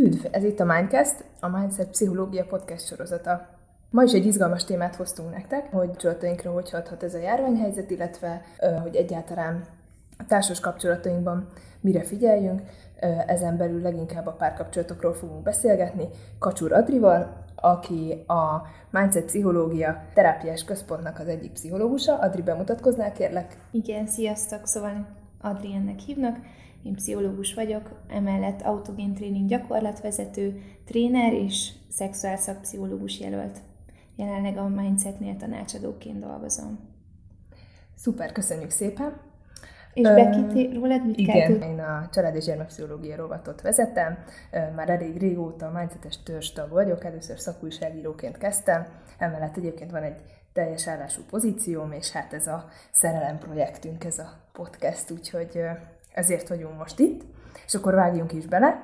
Üdv! Ez itt a Mindcast, a Mindset pszichológia podcast sorozata. Ma is egy izgalmas témát hoztunk nektek, hogy kapcsolatainkra hogy hathat ez a járványhelyzet, illetve hogy egyáltalán a társas kapcsolatainkban mire figyeljünk. Ezen belül leginkább a párkapcsolatokról fogunk beszélgetni Kacsur Adrival, aki a Mindset Pszichológia Terápiás Központnak az egyik pszichológusa. Adri, bemutatkoznál, kérlek? Igen, sziasztok! Szóval Adriennek hívnak, én pszichológus vagyok, emellett autogén tréning gyakorlatvezető, tréner és szexuálszakpszichológus jelölt. Jelenleg a Mindsetnél tanácsadóként dolgozom. Szuper, köszönjük szépen! És Becky, rólad mit kell tudni? Igen, én a család- és gyermekpszichológia rovatot vezetem, már elég régóta mindsetes törzstag vagyok, először szakújságíróként kezdtem, emellett egyébként van egy teljes állású pozícióm, és hát ez a szerelem projektünk, ez a podcast, úgyhogy ezért vagyunk most itt, és akkor vágjunk is bele.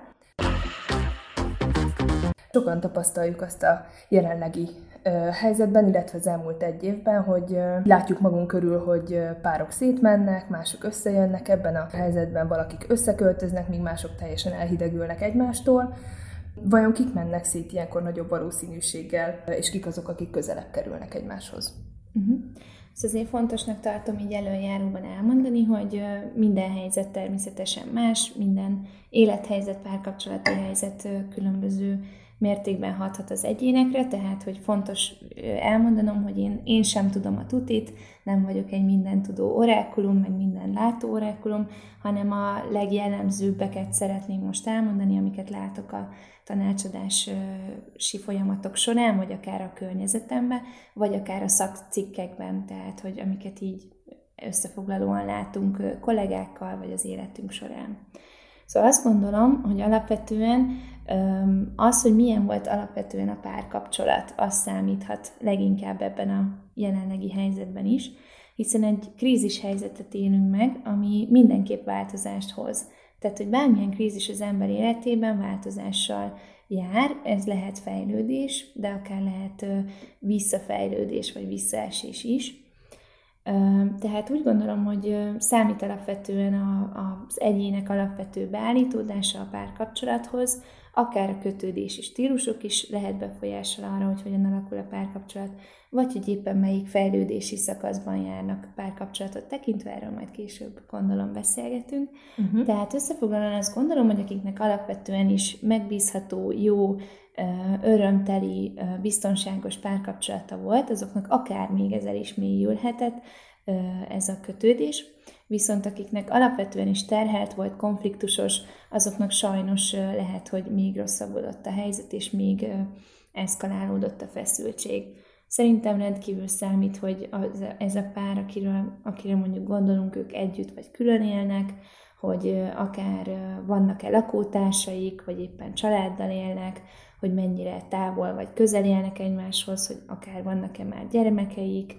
Sokan tapasztaljuk azt a jelenlegi helyzetben, illetve az elmúlt egy évben, hogy látjuk magunk körül, hogy párok szétmennek, mások összejönnek ebben a helyzetben, valakik összeköltöznek, míg mások teljesen elhidegülnek egymástól. Vajon kik mennek szét ilyenkor nagyobb valószínűséggel, és kik azok, akik közelebb kerülnek egymáshoz? Ezt azért fontosnak tartom így előjáróban elmondani, hogy minden helyzet természetesen más, minden élethelyzet, párkapcsolati helyzet különböző mértékben hathat az egyénekre, tehát hogy fontos elmondanom, hogy én sem tudom a tutit, nem vagyok egy mindentudó orákulum, meg minden látó orákulum, hanem a legjellemzőbbeket szeretném most elmondani, amiket látok a tanácsadási folyamatok során, vagy akár a környezetemben, vagy akár a szakcikkekben, tehát hogy amiket így összefoglalóan látunk kollégákkal, vagy az életünk során. Szóval azt gondolom, hogy alapvetően az, hogy milyen volt alapvetően a párkapcsolat, az számíthat leginkább ebben a jelenlegi helyzetben is, hiszen egy krízis helyzetet élünk meg, ami mindenképp változást hoz. Tehát, hogy bármilyen krízis az ember életében változással jár, ez lehet fejlődés, de akár lehet visszafejlődés vagy visszaesés is. Tehát úgy gondolom, hogy számít alapvetően az egyének alapvető beállítódása a párkapcsolathoz, akár a kötődési stílusok is lehet befolyással arra, hogy hogyan alakul a párkapcsolat, vagy hogy éppen melyik fejlődési szakaszban járnak párkapcsolatot tekintve, erről majd később gondolom beszélgetünk. Tehát összefoglalóan azt gondolom, hogy akiknek alapvetően is megbízható, jó, örömteli, biztonságos párkapcsolata volt, azoknak akár még ez el is mélyülhetett ez a kötődés, viszont akiknek alapvetően is terhelt volt, konfliktusos, azoknak sajnos lehet, hogy még rosszabbodott a helyzet, és még eszkalálódott a feszültség. Szerintem rendkívül számít, hogy ez a pár, akire mondjuk gondolunk, ők együtt vagy külön élnek, hogy akár vannak-e lakótársaik, vagy éppen családdal élnek, hogy mennyire távol vagy közel élnek egymáshoz, hogy akár vannak-e már gyermekeik,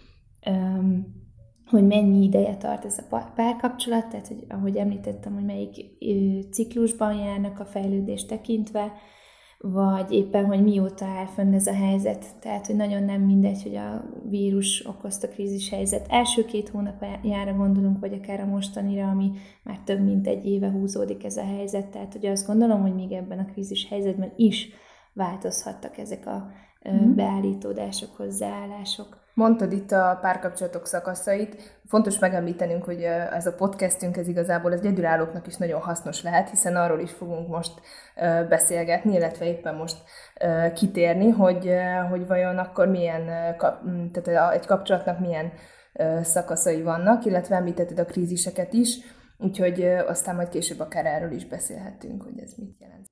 hogy mennyi ideje tart ez a párkapcsolat, tehát hogy ahogy említettem, hogy melyik ciklusban járnak a fejlődést tekintve, vagy éppen, hogy mióta áll fönn ez a helyzet. Tehát, hogy nagyon nem mindegy, hogy a vírus okozta krízis helyzet első 2 hónapjára gondolunk, vagy akár a mostanira, ami már több mint egy éve húzódik ez a helyzet. Tehát, hogy azt gondolom, hogy még ebben a krízis helyzetben is változhattak ezek a beállítódások, hozzáállások. Mondtad itt a párkapcsolatok szakaszait. Fontos megemlítenünk, hogy ez a podcastünk ez igazából az egyedülállóknak is nagyon hasznos lehet, hiszen arról is fogunk most beszélgetni, illetve éppen most kitérni, hogy vajon akkor milyen, tehát egy kapcsolatnak milyen szakaszai vannak, illetve említetted a kríziseket is, úgyhogy aztán majd később akár erről is beszélhetünk, hogy ez mit jelent.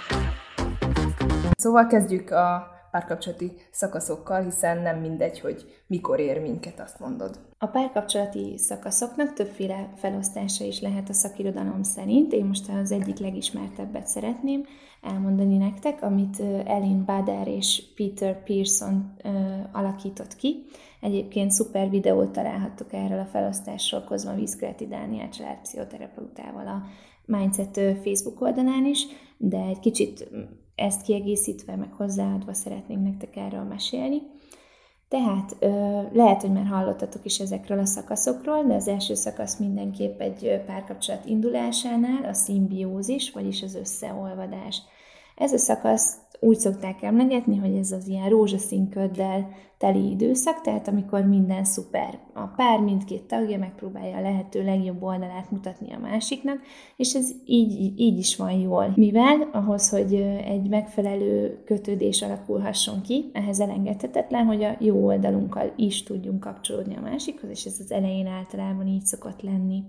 Szóval kezdjük a párkapcsolati szakaszokkal, hiszen nem mindegy, hogy mikor ér minket, azt mondod. A párkapcsolati szakaszoknak többféle felosztása is lehet a szakirodalom szerint. Én most az egyik legismertebbet szeretném elmondani nektek, amit Ellen Bader és Peter Pearson alakított ki. Egyébként szuper videót találhattok erről a felosztásról Kozma Viszkeleti Dániel családpszichoterapeutával a Mindset Facebook oldalán is, de egy kicsit ezt kiegészítve, meg hozzáadva szeretnénk nektek erről mesélni. Tehát lehet, hogy már hallottatok is ezekről a szakaszokról, de az első szakasz mindenképp egy párkapcsolat indulásánál a szimbiózis, vagyis az összeolvadás. Ez a szakasz úgy szokták emlegetni, hogy ez az ilyen rózsaszín köddel teli időszak, tehát amikor minden szuper. A pár mindkét tagja megpróbálja a lehető legjobb oldalát mutatni a másiknak, és ez így is van jól. Mivel ahhoz, hogy egy megfelelő kötődés alakulhasson ki, ehhez elengedhetetlen, hogy a jó oldalunkkal is tudjunk kapcsolódni a másikhoz, és ez az elején általában így szokott lenni.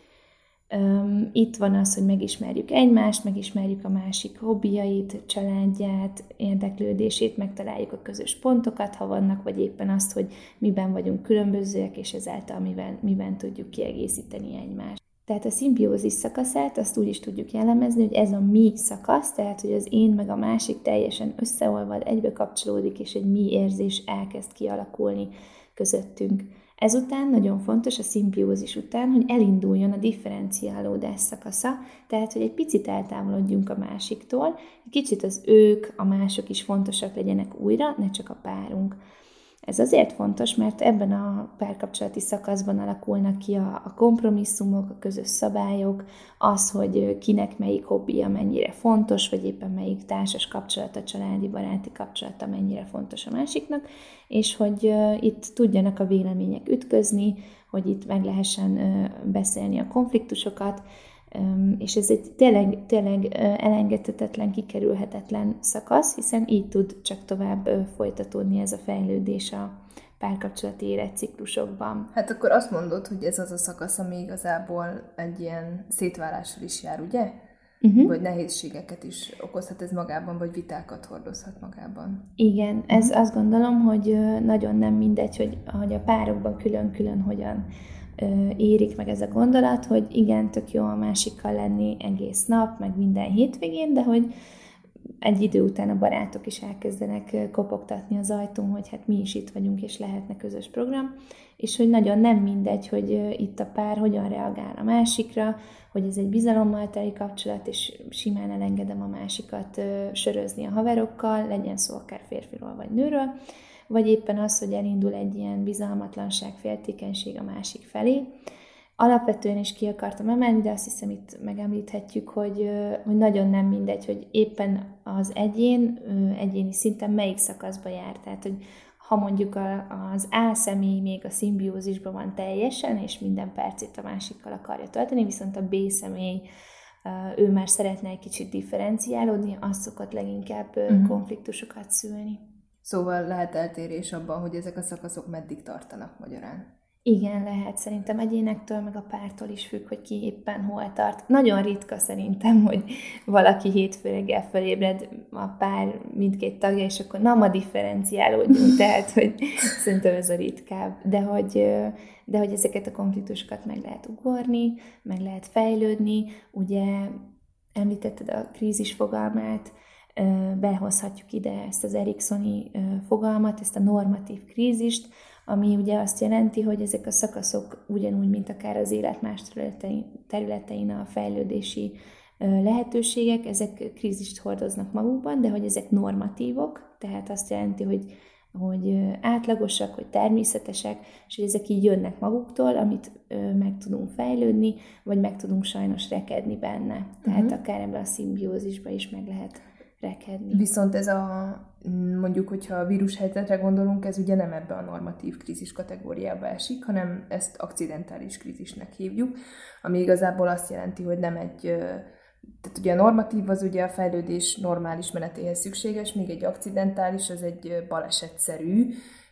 Itt van az, hogy megismerjük egymást, megismerjük a másik hobbiait, családját, érdeklődését, megtaláljuk a közös pontokat, ha vannak, vagy éppen azt, hogy miben vagyunk különbözőek, és ezáltal miben tudjuk kiegészíteni egymást. Tehát a szimbiózis szakaszát azt úgy is tudjuk jellemezni, hogy ez a mi szakasz, tehát hogy az én meg a másik teljesen összeolvad, egybe kapcsolódik, és egy mi érzés elkezd kialakulni közöttünk. Ezután nagyon fontos a szimbiózis után, hogy elinduljon a differenciálódás szakasza, tehát hogy egy picit eltávolodjunk a másiktól, egy kicsit az ők, a mások is fontosak legyenek újra, ne csak a párunk. Ez azért fontos, mert ebben a párkapcsolati szakaszban alakulnak ki a kompromisszumok, a közös szabályok, az, hogy kinek melyik hobbija mennyire fontos, vagy éppen melyik társas kapcsolata, családi, baráti kapcsolata mennyire fontos a másiknak, és hogy itt tudjanak a vélemények ütközni, hogy itt meg lehessen beszélni a konfliktusokat, és ez egy tényleg elengedhetetlen, kikerülhetetlen szakasz, hiszen így tud csak tovább folytatódni ez a fejlődés a párkapcsolati életciklusokban. Hát akkor azt mondod, hogy ez az a szakasz, ami igazából egy ilyen szétválással is jár, ugye? Vagy nehézségeket is okozhat ez magában, vagy vitákat hordozhat magában. Igen, ez azt gondolom, hogy nagyon nem mindegy, hogy a párokban külön-külön hogyan érik meg ez a gondolat, hogy igen, tök jó a másikkal lenni egész nap, meg minden hétvégén, de hogy egy idő után a barátok is elkezdenek kopogtatni az ajtón, hogy hát mi is itt vagyunk, és lehetne közös program, és hogy nagyon nem mindegy, hogy itt a pár hogyan reagál a másikra, hogy ez egy bizalommal teli kapcsolat, és simán elengedem a másikat sörözni a haverokkal, legyen szó akár férfiról vagy nőről, vagy éppen az, hogy elindul egy ilyen bizalmatlanság, féltékenység a másik felé. Alapvetően is ki akartam emelni, de azt hiszem itt megemlíthetjük, hogy nagyon nem mindegy, hogy éppen az egyéni szinten melyik szakaszba jár. Tehát, hogy ha mondjuk az A személy még a szimbiózisban van teljesen, és minden percét a másikkal akarja tölteni, viszont a B személy ő már szeretne egy kicsit differenciálódni, az szokott leginkább konfliktusokat szülni. Szóval lehet eltérés abban, hogy ezek a szakaszok meddig tartanak magyarán. Igen, lehet. Szerintem egyénektől, meg a pártól is függ, hogy ki éppen hol tart. Nagyon ritka szerintem, hogy valaki hétfő reggel fölébred, a pár mindkét tagja, és akkor na, ma differenciálódjunk. Tehát, hogy szerintem ez a ritkább. De hogy ezeket a konfliktusokat meg lehet ugorni, meg lehet fejlődni. Ugye említetted a krízis fogalmát, behozhatjuk ide ezt az Eriksoni fogalmat, ezt a normatív krízist, ami ugye azt jelenti, hogy ezek a szakaszok ugyanúgy, mint akár az élet más területein a fejlődési lehetőségek, ezek krízist hordoznak magukban, de hogy ezek normatívok, tehát azt jelenti, hogy átlagosak, hogy természetesek, és hogy ezek így jönnek maguktól, amit meg tudunk fejlődni, vagy meg tudunk sajnos rekedni benne. Tehát akár ebben a szimbiózisban is meg lehet rekedni. Viszont ez mondjuk, hogyha a vírushelyzetre gondolunk, ez ugye nem ebbe a normatív krízis kategóriába esik, hanem ezt akcidentális krízisnek hívjuk, ami igazából azt jelenti, hogy nem egy, tehát ugye a normatív az ugye a fejlődés normális menetéhez szükséges, míg egy akcidentális az egy balesetszerű,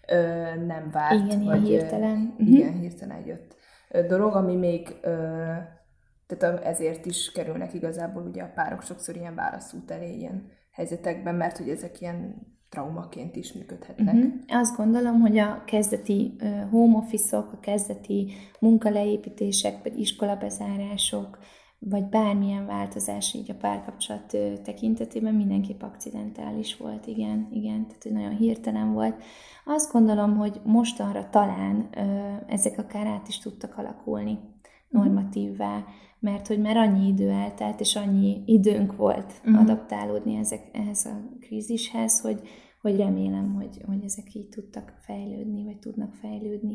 nem várt. Igen, vagy hirtelen. Igen, hirtelen jött dolog, ami még tehát ezért is kerülnek igazából ugye a párok sokszor ilyen válaszút elé ilyen helyzetekben, mert hogy ezek ilyen traumaként is működhetnek. Azt gondolom, hogy a kezdeti home office-ok, a kezdeti munkaleépítések, vagy iskolabezárások, vagy bármilyen változás így a párkapcsolat tekintetében mindenképp akcidentális volt, igen, tehát hogy nagyon hirtelen volt. Azt gondolom, hogy mostanra talán ezek akár át is tudtak alakulni normatívvá, mert hogy már annyi idő eltelt, és annyi időnk volt adaptálódni ehhez a krízishez, hogy remélem, hogy ezek így tudtak fejlődni, vagy tudnak fejlődni.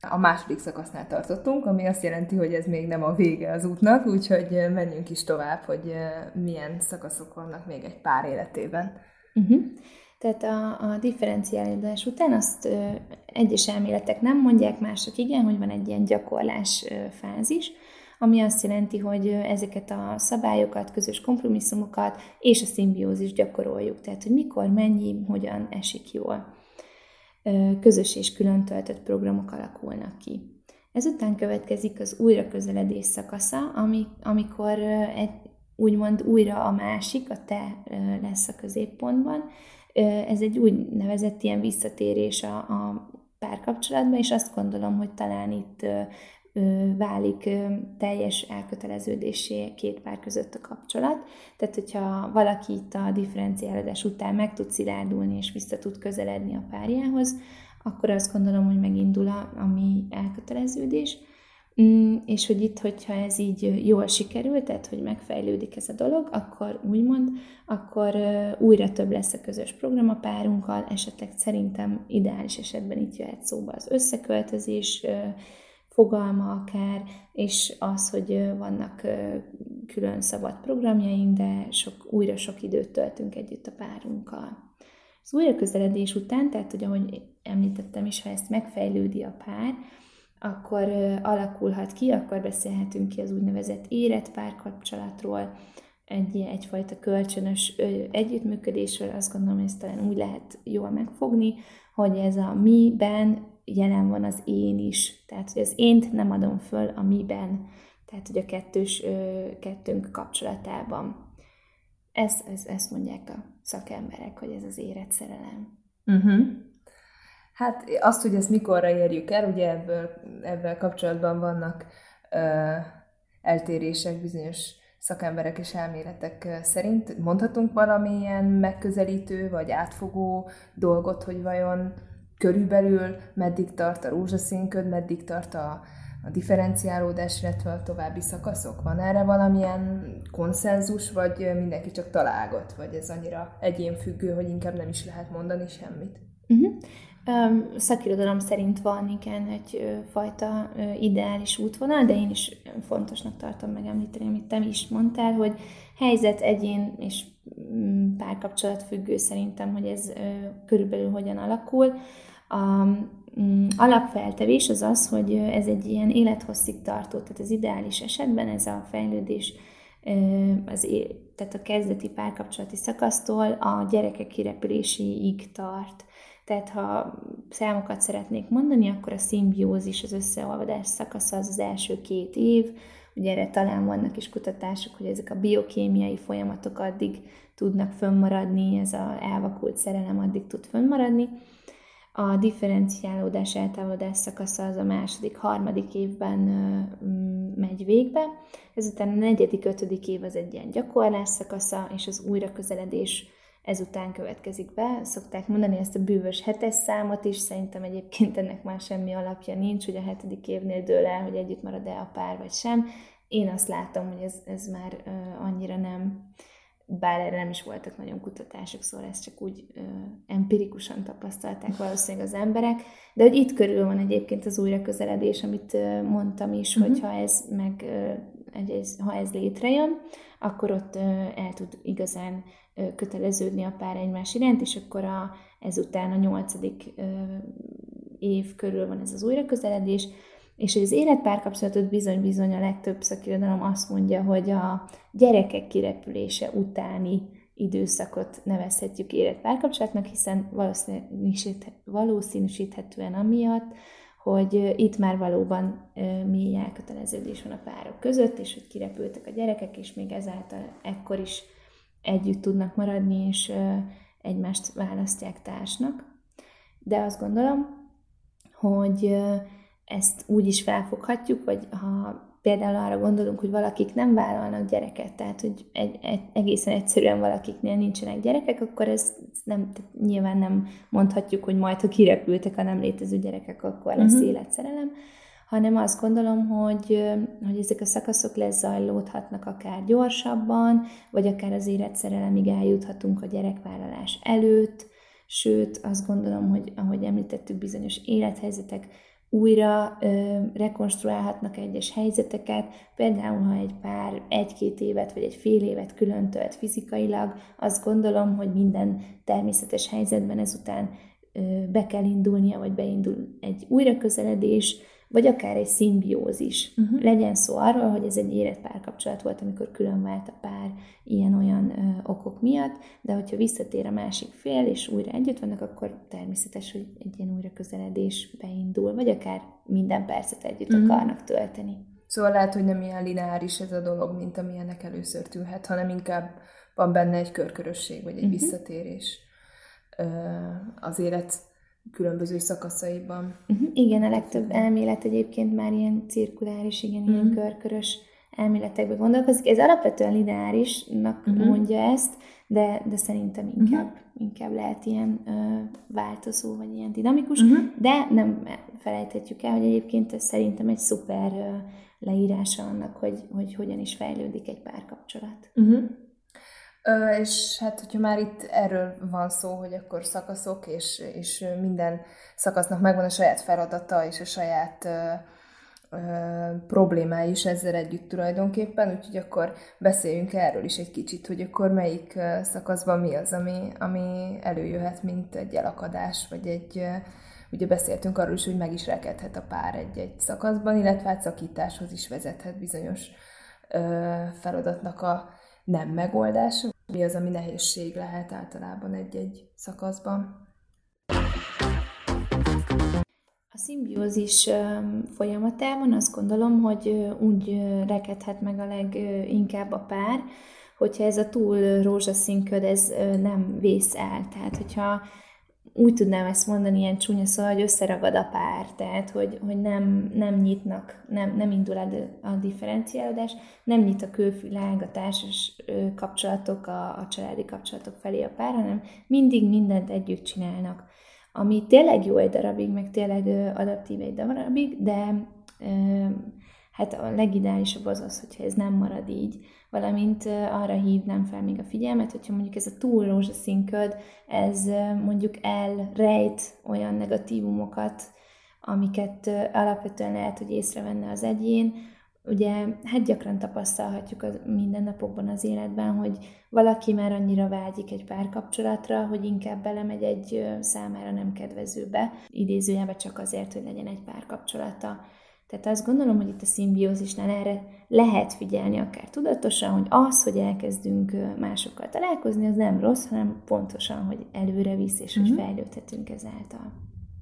A második szakasznál tartottunk, ami azt jelenti, hogy ez még nem a vége az útnak, úgyhogy menjünk is tovább, hogy milyen szakaszok vannak még egy pár életében. Tehát a differenciálódás után azt egyes elméletek nem mondják, mások igen, hogy van egy ilyen gyakorlás fázis, ami azt jelenti, hogy ezeket a szabályokat, közös kompromisszumokat és a szimbiózist gyakoroljuk. Tehát, hogy mikor, mennyi, hogyan esik jól. Közös és külön töltött programok alakulnak ki. Ezután következik az újraközeledés szakasza, amikor úgymond újra a másik, a te lesz a középpontban. Ez egy úgynevezett ilyen visszatérés a párkapcsolatban, és azt gondolom, hogy talán itt válik teljes elköteleződésé két pár között a kapcsolat. Tehát, hogyha valaki itt a differenciálódás után meg tud szilárdulni és vissza tud közeledni a párjához, akkor azt gondolom, hogy megindul a mi elköteleződés. És hogy itt, hogyha ez így jól sikerül, tehát, hogy megfejlődik ez a dolog, akkor újra több lesz a közös program a párunkkal, esetleg szerintem ideális esetben itt jöhet szóba az összeköltözés fogalma akár, és az, hogy vannak külön szabad programjaink, de újra sok időt töltünk együtt a párunkkal. Az újraközeledés után, tehát, hogy ahogy említettem is, ha ezt megfejlődi a pár, akkor alakulhat ki, akkor beszélhetünk ki az úgynevezett érett párkapcsolatról, egyfajta kölcsönös együttműködésről. Azt gondolom, hogy ezt talán úgy lehet jól megfogni, hogy ez a mi-ben jelen van az én is. Tehát, hogy az ént nem adom föl a mi-ben. Tehát, hogy a kettőnk kapcsolatában. Ezt mondják a szakemberek, hogy ez az érett szerelem. Hát azt, hogy ezt mikorra érjük el, ugye ebből kapcsolatban vannak eltérések bizonyos szakemberek és elméletek szerint. Mondhatunk valamilyen megközelítő vagy átfogó dolgot, hogy vajon körülbelül meddig tart a rózsaszínköd, meddig tart a differenciálódás, illetve a további szakaszok? Van erre valamilyen konszenzus, vagy mindenki csak találgat, vagy ez annyira egyénfüggő, hogy inkább nem is lehet mondani semmit? Szakirodalom szerint van igen egyfajta ideális útvonal, de én is fontosnak tartom megemlíteni, amit te is mondtál, hogy helyzet, egyén és párkapcsolat függő szerintem, hogy ez körülbelül hogyan alakul. Alapfeltevés az az, hogy ez egy ilyen élethosszig tartó, tehát az ideális esetben ez a fejlődés, tehát a kezdeti párkapcsolati szakasztól a gyerekek kirepüléséig tart. Tehát ha számokat szeretnék mondani, akkor a szimbiózis, az összeolvadás szakasza az első 2 év. Ugye erre talán vannak is kutatások, hogy ezek a biokémiai folyamatok addig tudnak fönnmaradni, ez az elvakult szerelem addig tud fönnmaradni. A differenciálódás, eltávolodás szakasza az a 2.-3. évben megy végbe. Ezután a 4.-5. év az egy ilyen gyakorlás szakasza, és az újraközeledés ezután következik be. Szokták mondani ezt a bűvös 7-es számot is, szerintem egyébként ennek már semmi alapja nincs, hogy a 7. évnél dől el, hogy együtt marad-e a pár vagy sem. Én azt látom, hogy ez már annyira nem, bár erre nem is voltak nagyon kutatások, szóval ezt csak úgy empirikusan tapasztalták valószínűleg az emberek, de hogy itt körül van egyébként az újraközeledés, amit mondtam is, hogyha ha ez létrejön, akkor ott el tud igazán köteleződni a pár egymás iránt, és akkor ezután a 8. év körül van ez az újraközeledés, és hogy az életpárkapcsolatot bizony-bizony a legtöbb szakirodalom azt mondja, hogy a gyerekek kirepülése utáni időszakot nevezhetjük életpárkapcsolatnak, hiszen valószínűsíthetően amiatt, hogy itt már valóban mély elköteleződés van a párok között, és hogy kirepültek a gyerekek, és még ezáltal ekkor is együtt tudnak maradni, és egymást választják társnak. De azt gondolom, hogy ezt úgy is felfoghatjuk, vagy ha például arra gondolunk, hogy valakik nem vállalnak gyereket, tehát hogy egészen egyszerűen valakiknél nincsenek gyerekek, akkor ez nyilván nem mondhatjuk, hogy majd, ha kirepültek a nem létező gyerekek, akkor lesz életszerelem, hanem azt gondolom, hogy ezek a szakaszok lezajlódhatnak akár gyorsabban, vagy akár az életszerelemig eljuthatunk a gyerekvállalás előtt, sőt, azt gondolom, hogy ahogy említettük, bizonyos élethelyzetek újra rekonstruálhatnak egyes helyzeteket. Például, ha egy pár 1-2 évet vagy egy fél évet külön tölt fizikailag, azt gondolom, hogy minden természetes helyzetben ezután be kell indulnia, vagy beindul egy újraközeledés, vagy akár egy szimbiózis. Legyen szó arról, hogy ez egy érett párkapcsolat volt, amikor külön vált a pár ilyen-olyan okok miatt, de hogyha visszatér a másik fél, és újra együtt vannak, akkor természetes, hogy egy ilyen újraközeledés beindul, vagy akár minden percet együtt akarnak tölteni. Szóval lehet, hogy nem ilyen lineáris ez a dolog, mint amilyennek először tűnhet, hanem inkább van benne egy körkörösség, vagy egy visszatérés az élet különböző szakaszaiban. Igen, a legtöbb elmélet egyébként már ilyen cirkuláris, ilyen körkörös elméletekben gondolkozik. Ez alapvetően lineárisnak mondja ezt, de szerintem inkább lehet ilyen változó, vagy ilyen dinamikus, de nem felejthetjük el, hogy egyébként ez szerintem egy szuper leírása annak, hogy hogyan is fejlődik egy párkapcsolat. És hát, hogyha már itt erről van szó, hogy akkor szakaszok, és minden szakasznak megvan a saját feladata, és a saját problémái is ezzel együtt tulajdonképpen, úgyhogy akkor beszéljünk erről is egy kicsit, hogy akkor melyik szakaszban mi az, ami előjöhet, mint egy elakadás, vagy ugye beszéltünk arról is, hogy meg is rekedhet a pár egy szakaszban, illetve hát szakításhoz is vezethet bizonyos feladatnak a nem megoldása. Mi az, ami nehézség lehet általában egy szakaszban? A szimbiózis folyamatában azt gondolom, hogy úgy rekedhet meg a leginkább a pár, hogyha ez a túl rózsaszín köd, ez nem vész el. Tehát, hogyha úgy tudnám ezt mondani, ilyen csúnya szó, hogy összeragad a pár, tehát, hogy nem nyitnak, nem indul a differenciálódás, nem nyit a külvilág, a társas kapcsolatok, a családi kapcsolatok felé a pár, hanem mindig mindent együtt csinálnak. Ami tényleg jó egy darabig, meg tényleg adaptív egy darabig, de hát a legideálisabb az, hogyha ez nem marad így, valamint arra hívnám fel még a figyelmet, hogyha mondjuk ez a túl rózsaszín köd, ez mondjuk elrejt olyan negatívumokat, amiket alapvetően lehet, hogy észrevenne az egyén. Ugye, hát gyakran tapasztalhatjuk a mindennapokban az életben, hogy valaki már annyira vágyik egy párkapcsolatra, hogy inkább belemegy egy számára nem kedvezőbe, idézőjelben csak azért, hogy legyen egy párkapcsolata. Tehát azt gondolom, hogy itt a szimbiózisnál erre lehet figyelni akár tudatosan, hogy az, hogy elkezdünk másokkal találkozni, az nem rossz, hanem pontosan, hogy előre visz, és hogy fejlődhetünk ezáltal.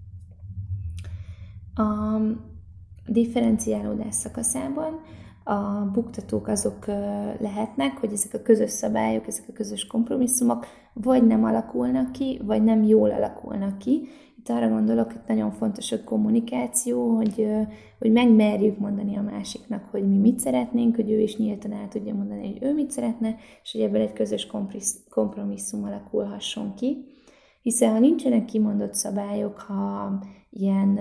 A differenciálódás szakaszában a buktatók azok lehetnek, hogy ezek a közös szabályok, ezek a közös kompromisszumok vagy nem alakulnak ki, vagy nem jól alakulnak ki. Itt arra gondolok, hogy nagyon fontos a kommunikáció, hogy megmerjük mondani a másiknak, hogy mi mit szeretnénk, hogy ő is nyíltan el tudja mondani, hogy ő mit szeretne, és hogy ebből egy közös kompromisszum alakulhasson ki. Hiszen ha nincsenek kimondott szabályok, ha ilyen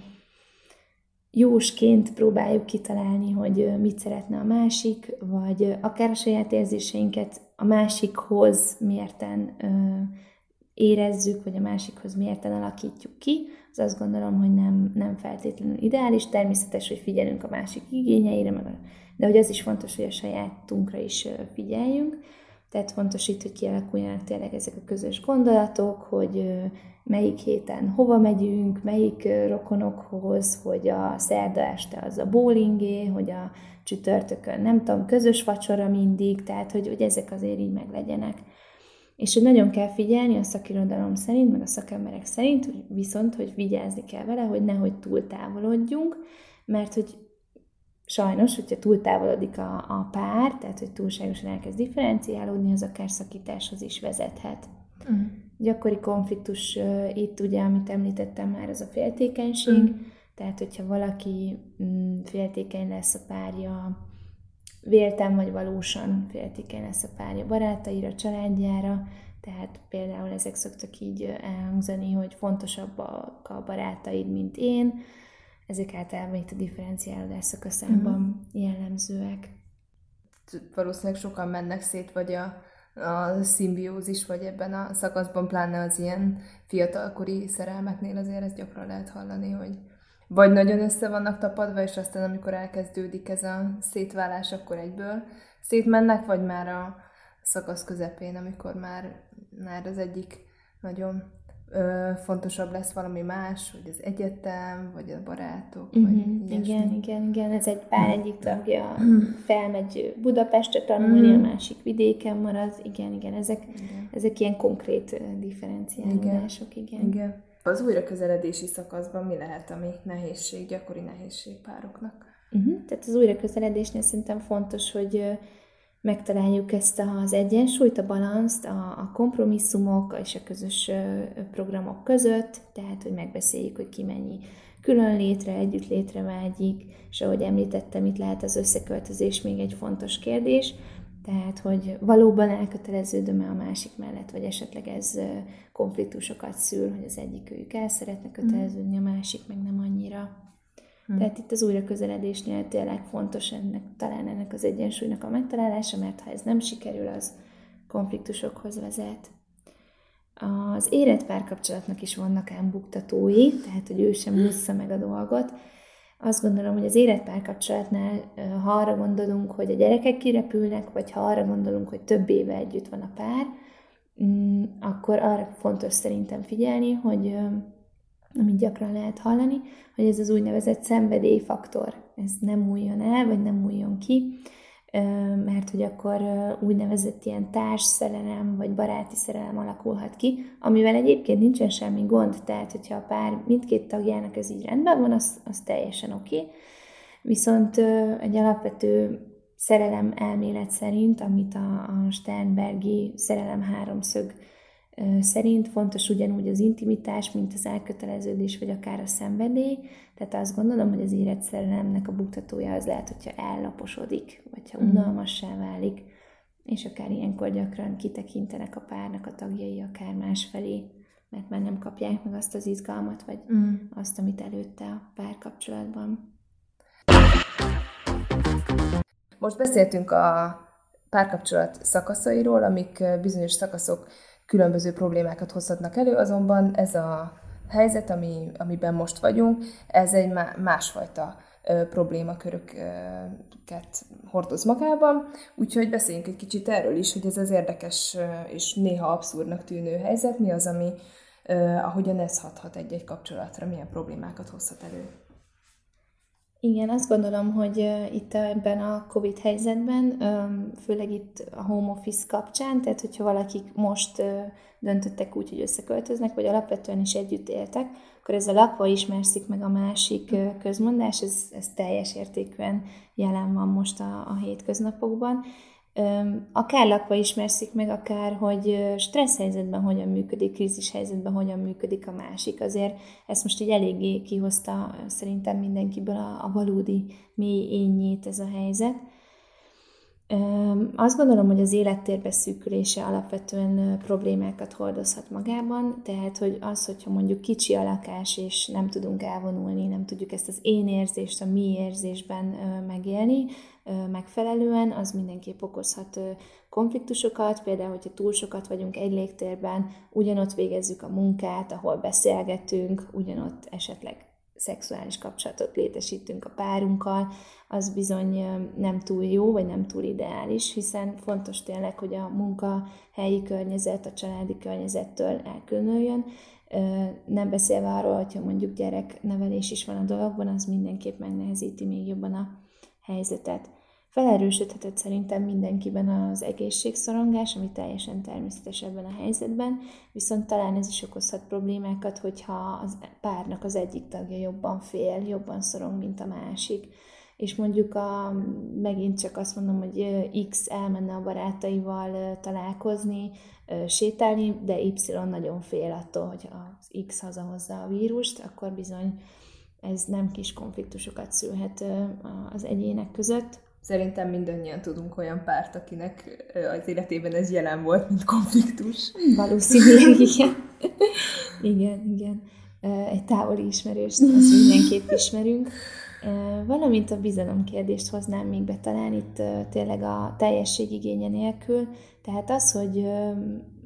jósként próbáljuk kitalálni, hogy mit szeretne a másik, vagy akár a saját érzéseinket a másikhoz mérten érezzük, vagy a másikhoz mérten alakítjuk ki, az azt gondolom, hogy nem feltétlenül ideális. Természetes, hogy figyelünk a másik igényeire, de hogy az is fontos, hogy a sajátunkra is figyeljünk. Tehát fontos itt, hogy kialakuljanak tényleg ezek a közös gondolatok, hogy melyik héten hova megyünk, melyik rokonokhoz, hogy a szerda este az a bowlingé, hogy a csütörtökön nem tudom, közös vacsora mindig, tehát hogy ezek azért így meglegyenek. És hogy nagyon kell figyelni a szakirodalom szerint, meg a szakemberek szerint, hogy vigyázni kell vele, hogy nehogy túl távolodjunk, mert hogy sajnos, hogyha túl távolodik a pár, tehát hogy túlságosan elkezd differenciálódni, az akár szakításhoz is vezethet. Gyakori konfliktus itt ugye, amit említettem már, az a féltékenység, tehát hogyha valaki féltékeny lesz a párja, vélten vagy valósan féltékeny lesz a párja barátaira, családjára, tehát például ezek szoktak így elhangzani, hogy fontosabbak a barátaid, mint én, ezek általában itt a differenciálódás szakaszában jellemzőek. Valószínűleg sokan mennek szét, vagy a szimbiózis, vagy ebben a szakaszban, pláne az ilyen fiatalkori szerelmeknél azért ezt gyakran lehet hallani, Vagy nagyon össze vannak tapadva, és aztán amikor elkezdődik ez a szétválás, akkor egyből szétmennek, vagy már a szakasz közepén, amikor már az egyik nagyon fontosabb lesz valami más, vagy az egyetem, vagy a barátok, vagy ilyesmi. Igen. Ez egy pár egyik tagja felmegy Budapestre tanulni, a másik vidéken marad. Igen. Ezek ilyen konkrét differenciálódások. Igen. Az újraközeledési szakaszban mi lehet, ami gyakori nehézség pároknak? Tehát az újraközeledésnél szerintem fontos, hogy megtaláljuk ezt az egyensúlyt, a balanszt, a kompromisszumok és a közös programok között, tehát, hogy megbeszéljük, hogy ki mennyi külön létre, együtt létre vágyik, és ahogy említettem, itt lehet az összeköltözés még egy fontos kérdés, tehát, hogy valóban elköteleződöm-e a másik mellett, vagy esetleg ez konfliktusokat szül, hogy az egyikőjük el szeretne köteleződni, a másik meg nem annyira. Tehát itt az újraközeledésnél tényleg fontos talán ennek az egyensúlynak a megtalálása, mert ha ez nem sikerül, az konfliktusokhoz vezet. Az érett párkapcsolatnak is vannak ám buktatói, tehát hogy ő sem ússza meg a dolgot. Azt gondolom, hogy az érett párkapcsolatnál, ha arra gondolunk, hogy a gyerekek kirepülnek, vagy ha arra gondolunk, hogy több éve együtt van a pár, akkor arra fontos szerintem figyelni, hogy amit gyakran lehet hallani, hogy ez az úgynevezett szenvedélyfaktor, ez nem újjon el, vagy nem újjon ki, mert hogy akkor úgynevezett ilyen társszerelem, vagy baráti szerelem alakulhat ki, amivel egyébként nincsen semmi gond, tehát hogyha a pár mindkét tagjának ez így rendben van, az teljesen oké. Viszont egy alapvető szerelem elmélet szerint, amit a Sternbergi szerelem háromszög szerint fontos ugyanúgy az intimitás, mint az elköteleződés, vagy akár a szenvedély. Tehát azt gondolom, hogy az érett szerelemnek a buktatója az lehet, hogyha ellaposodik, vagy ha unalmassá válik, és akár ilyenkor gyakran kitekintenek a párnak a tagjai akár másfelé, mert már nem kapják meg azt az izgalmat, vagy azt, amit előtte a párkapcsolatban. Most beszéltünk a párkapcsolat szakaszairól, amik bizonyos szakaszok különböző problémákat hozhatnak elő, azonban ez a helyzet, amiben most vagyunk, ez egy másfajta problémaköröket hordoz magában, úgyhogy beszéljünk egy kicsit erről is, hogy ez az érdekes és néha abszurdnak tűnő helyzet, mi az, ami ahogyan ez hathat egy-egy kapcsolatra, milyen problémákat hozhat elő. Igen, azt gondolom, hogy itt ebben a Covid helyzetben, főleg itt a home office kapcsán, tehát hogyha valakik most döntöttek úgy, hogy összeköltöznek, vagy alapvetően is együtt éltek, akkor ez a lakva ismerszik meg a másik közmondás, ez teljes értékűen jelen van most a hétköznapokban. Akár lakva ismerszik meg, akár hogy stressz helyzetben hogyan működik, krízis helyzetben hogyan működik a másik. Azért ezt most így eléggé kihozta szerintem mindenkiből a valódi mély énnyét ez a helyzet. Azt gondolom, hogy az élettérbe szűkülése alapvetően problémákat hordozhat magában, tehát hogy az, hogyha mondjuk kicsi a lakás, és nem tudunk elvonulni, nem tudjuk ezt az én érzést a mi érzésben megélni megfelelően, az mindenképp okozhat konfliktusokat, például, hogyha túl sokat vagyunk egy légtérben, ugyanott végezzük a munkát, ahol beszélgetünk, ugyanott esetleg szexuális kapcsolatot létesítünk a párunkkal, az bizony nem túl jó, vagy nem túl ideális, hiszen fontos tényleg, hogy a munkahelyi környezet, a családi környezettől elkülönüljön. Nem beszélve arról, hogyha mondjuk gyereknevelés is van a dologban, az mindenképp megnehezíti még jobban a helyzetet. Felerősödhetett szerintem mindenkiben az egészségszorongás, ami teljesen természetes ebben a helyzetben, viszont talán ez is okozhat problémákat, hogyha a párnak az egyik tagja jobban fél, jobban szorong, mint a másik. És mondjuk megint csak azt mondom, hogy X elmenne a barátaival találkozni, sétálni, de Y nagyon fél attól, hogy az X hazahozza a vírust, akkor bizony ez nem kis konfliktusokat szülhet az egyének között. Szerintem mindannyian tudunk olyan párt, akinek az életében ez jelen volt, mint konfliktus. Valószínűleg igen. Igen. Egy távoli ismerőst, azt mindenképp ismerünk. Valamint a bizalomkérdést hoznám még be talán itt tényleg a teljesség igénye nélkül. Tehát az, hogy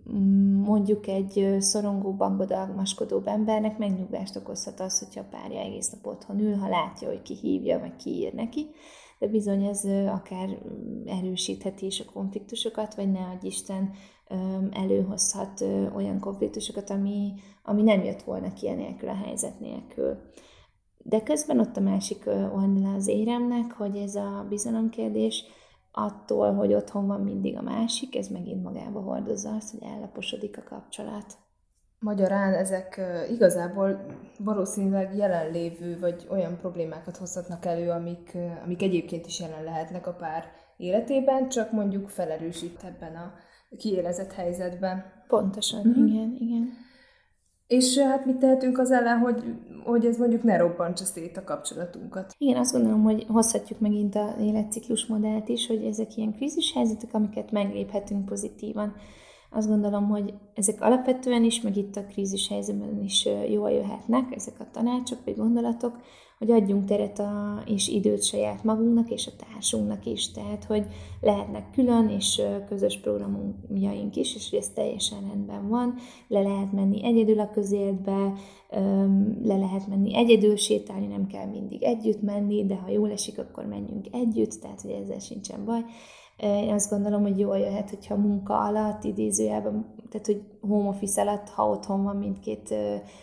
mondjuk egy szorongó, bangodalmaskodó embernek megnyugvást okozhat az, hogyha a párja egész nap otthon ül, ha látja, hogy ki hívja, vagy ki ír neki, de bizony ez akár erősítheti is a konfliktusokat, vagy ne adj Isten előhozhat olyan konfliktusokat, ami nem jött volna ki nélkül a helyzet nélkül. De közben ott a másik oldala az éremnek, hogy ez a bizalomkérdés attól, hogy otthon van mindig a másik, ez megint magába hordozza azt, hogy ellaposodik a kapcsolat. Magyarán ezek igazából valószínűleg jelenlévő, vagy olyan problémákat hozhatnak elő, amik egyébként is jelen lehetnek a pár életében, csak mondjuk felerősít ebben a kiélezett helyzetben. Pontosan, igen. És hát mit tehetünk az ellen, hogy ez mondjuk ne robbantsa szét a kapcsolatunkat? Igen, azt gondolom, hogy hozhatjuk megint az életciklus modellt is, hogy ezek ilyen krízis helyzetek, amiket megléphetünk pozitívan. Azt gondolom, hogy ezek alapvetően is, meg itt a krízis helyzetben is jól jöhetnek, ezek a tanácsok vagy gondolatok, hogy adjunk teret és időt saját magunknak és a társunknak is. Tehát, hogy lehetnek külön és közös programjaink is, és hogy ez teljesen rendben van. Le lehet menni egyedül a közéletbe, le lehet menni egyedül sétálni, nem kell mindig együtt menni, de ha jól esik, akkor menjünk együtt, tehát, hogy ezzel sincsen baj. Én azt gondolom, hogy jól jöhet, hogyha munka alatt, idézőjelben, tehát hogy home office alatt, ha otthon van mindkét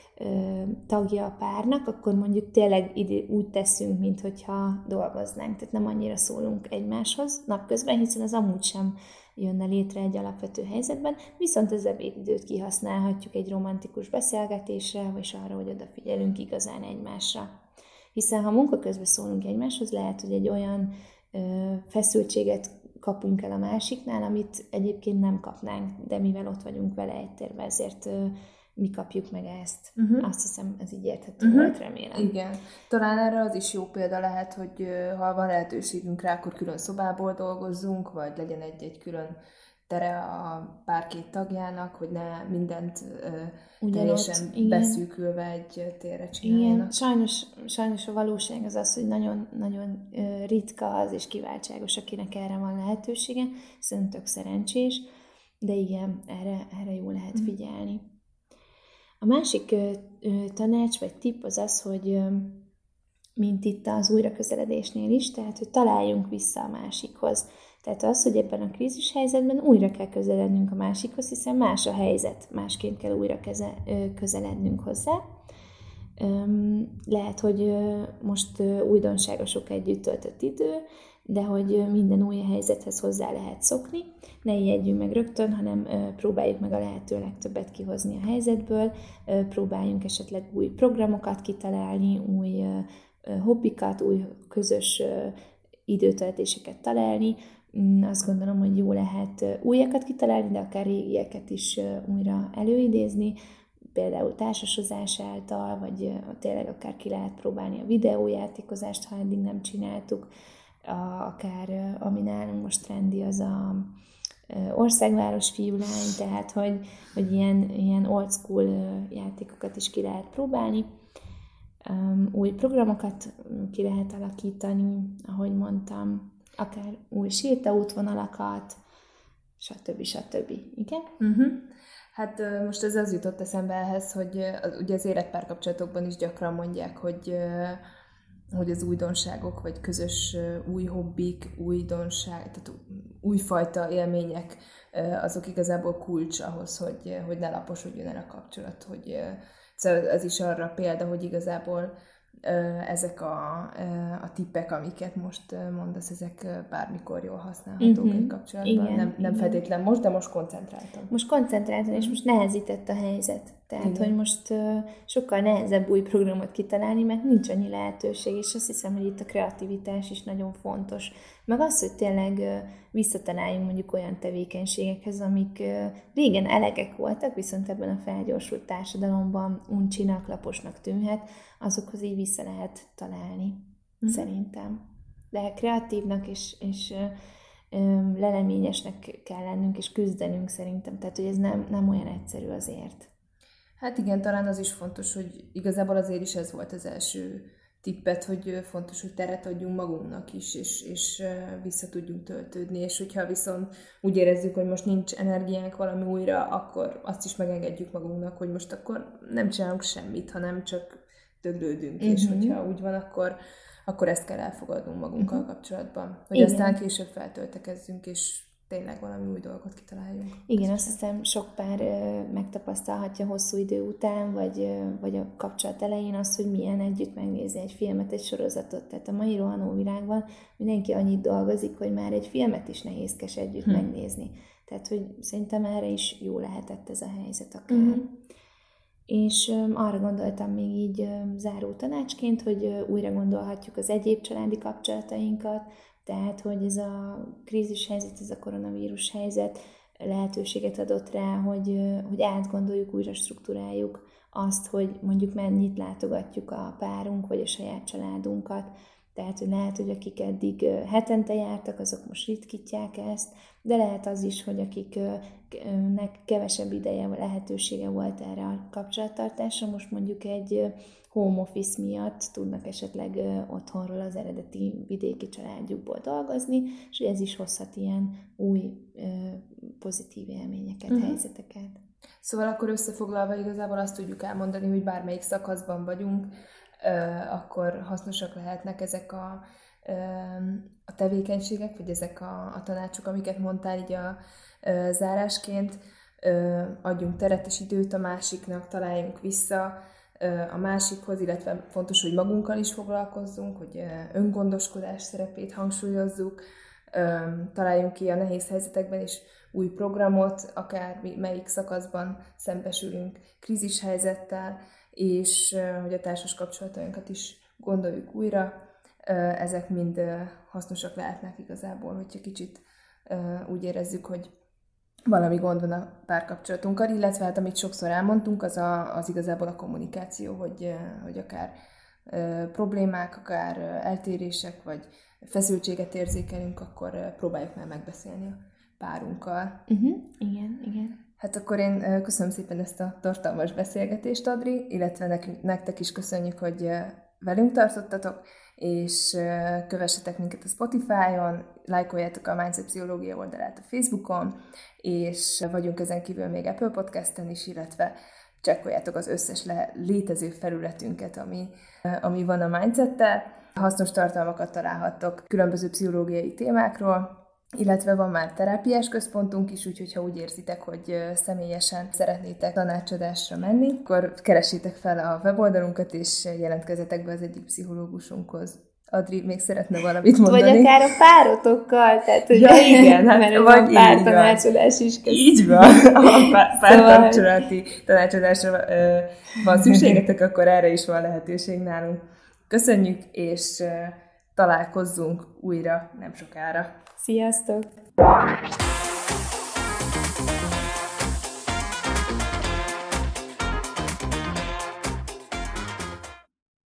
tagja a párnak, akkor mondjuk tényleg úgy teszünk, minthogyha dolgoznánk. Tehát nem annyira szólunk egymáshoz napközben, hiszen az amúgy sem jönne létre egy alapvető helyzetben, viszont az ebédidőt kihasználhatjuk egy romantikus beszélgetésre, vagy arra, hogy odafigyelünk igazán egymásra. Hiszen ha munka közben szólunk egymáshoz, lehet, hogy egy olyan feszültséget kapunk el a másiknál, amit egyébként nem kapnánk, de mivel ott vagyunk vele egy térben, ezért mi kapjuk meg ezt. Azt hiszem, ez így érthető volt, remélem. Igen. Talán erre az is jó példa lehet, hogy ha van lehetőségünk rá, akkor külön szobából dolgozzunk, vagy legyen egy külön tere a pár-két tagjának, hogy ne mindent teljesen beszűkülve egy térre csináljanak. Igen, sajnos a valóság az, hogy nagyon ritka az és kiváltságos, akinek erre van lehetősége, szerintem tök szerencsés, de igen, erre jó lehet figyelni. A másik tanács vagy tipp az, hogy mint itt az újraközeledésnél is, tehát, hogy találjunk vissza a másikhoz. Tehát az, hogy ebben a krízis helyzetben újra kell közelednünk a másikhoz, hiszen más a helyzet, másként kell újra közelednünk hozzá. Lehet, hogy most újdonságosok együtt töltött idő, de hogy minden új helyzethez hozzá lehet szokni. Ne ijedjünk meg rögtön, hanem próbáljuk meg a lehető legtöbbet kihozni a helyzetből, próbáljunk esetleg új programokat kitalálni, új hobbikat, új közös időtöltéseket találni. Azt gondolom, hogy jó lehet újakat kitalálni, de akár régieket is újra előidézni, például társasozás által, vagy tényleg akár ki lehet próbálni a videójátékozást, ha eddig nem csináltuk, akár ami nálunk most trendi, az a országváros fiúlány, tehát hogy ilyen old school játékokat is ki lehet próbálni, új programokat ki lehet alakítani, ahogy mondtam, akár új sétaútvonalakat, stb. Igen? Hát most ez az jutott eszembe ehhez, hogy ugye az életpárkapcsolatokban is gyakran mondják, hogy az újdonságok, vagy közös új hobbik, tehát újfajta élmények, azok igazából kulcs ahhoz, hogy ne laposodjon el a kapcsolat. Hogy, ez is arra példa, hogy igazából ezek a tippek, amiket most mondasz, ezek bármikor jól használhatók egy kapcsolatban. Igen, nem feltétlen most, de most koncentráltam. Most koncentráltam, és most nehezített a helyzet. Tehát, hogy most sokkal nehezebb új programot kitalálni, mert nincs annyi lehetőség, és azt hiszem, hogy itt a kreativitás is nagyon fontos. Meg az, hogy tényleg visszataláljunk mondjuk olyan tevékenységekhez, amik régen elegek voltak, viszont ebben a felgyorsult társadalomban uncsinak, laposnak tűnhet, azokhoz így vissza lehet találni, szerintem. De kreatívnak és leleményesnek kell lennünk, és küzdenünk szerintem, tehát hogy ez nem olyan egyszerű azért. Hát igen, talán az is fontos, hogy igazából azért is ez volt az első tippet, hogy fontos, hogy teret adjunk magunknak is, és vissza tudjunk töltődni, és hogyha viszont úgy érezzük, hogy most nincs energiánk valami újra, akkor azt is megengedjük magunknak, hogy most akkor nem csinálunk semmit, hanem csak döglődünk, és hogyha úgy van, akkor ezt kell elfogadnunk magunkkal kapcsolatban, hogy aztán később feltöltekezzünk, és tényleg valami új dolgot kitaláljunk. Igen, azt hiszem sok pár megtapasztalhatja hosszú idő után, vagy a kapcsolat elején azt, hogy milyen együtt megnézni egy filmet, egy sorozatot. Tehát a mai rohanó világban mindenki annyit dolgozik, hogy már egy filmet is nehézkes együtt megnézni. Tehát, hogy szerintem erre is jó lehetett ez a helyzet akár. És arra gondoltam még így záró tanácsként, hogy újra gondolhatjuk az egyéb családi kapcsolatainkat, tehát, hogy ez a krízis helyzet, ez a koronavírus helyzet lehetőséget adott rá, hogy átgondoljuk, újra struktúráljuk azt, hogy mondjuk mennyit látogatjuk a párunk, vagy a saját családunkat. Tehát, hogy lehet, hogy akik eddig hetente jártak, azok most ritkítják ezt, de lehet az is, hogy akiknek kevesebb ideje, vagy lehetősége volt erre a kapcsolattartásra, most mondjuk egy home office miatt tudnak esetleg otthonról az eredeti vidéki családjukból dolgozni, és ez is hozhat ilyen új pozitív élményeket, helyzeteket. Szóval akkor összefoglalva igazából azt tudjuk elmondani, hogy bármelyik szakaszban vagyunk, akkor hasznosak lehetnek ezek a tevékenységek, vagy ezek a tanácsok, amiket mondtál így a zárásként. Adjunk teret és időt a másiknak, találjunk vissza a másikhoz, illetve fontos, hogy magunkkal is foglalkozzunk, hogy öngondoskodás szerepét hangsúlyozzuk, találjunk ki a nehéz helyzetekben is új programot, akár melyik szakaszban szembesülünk krízishelyzettel, és hogy a társas kapcsolatainkat is gondoljuk újra. Ezek mind hasznosak lehetnek igazából, hogyha kicsit úgy érezzük, hogy valami gond van a párkapcsolatunkkal, illetve hát amit sokszor elmondtunk, az igazából a kommunikáció, hogy akár problémák, akár eltérések, vagy feszültséget érzékelünk, akkor próbáljuk már megbeszélni a párunkkal. Igen. Hát akkor én köszönöm szépen ezt a tartalmas beszélgetést, Adri, illetve nektek is köszönjük, hogy velünk tartottatok, és kövessetek minket a Spotify-on, lájkoljátok a Mindset Pszichológia oldalát a Facebookon, és vagyunk ezen kívül még Apple Podcasten is, illetve csekkoljátok az összes létező felületünket, ami van a Mindsettel. Hasznos tartalmakat találhattok különböző pszichológiai témákról, illetve van már terápiás központunk is, úgyhogy ha úgy érzitek, hogy személyesen szeretnétek tanácsadásra menni, akkor keressétek fel a weboldalunkat, és jelentkezzetek be az egyik pszichológusunkhoz. Adri még szeretne valamit mondani? Vagy akár a párotokkal, tehát hogy igen, hát mert van pártanácsadás is. Így van, a párkapcsolati tanácsadásra van szükségetek, akkor erre is van lehetőség nálunk. Köszönjük, és találkozzunk újra nem sokára. Sziasztok!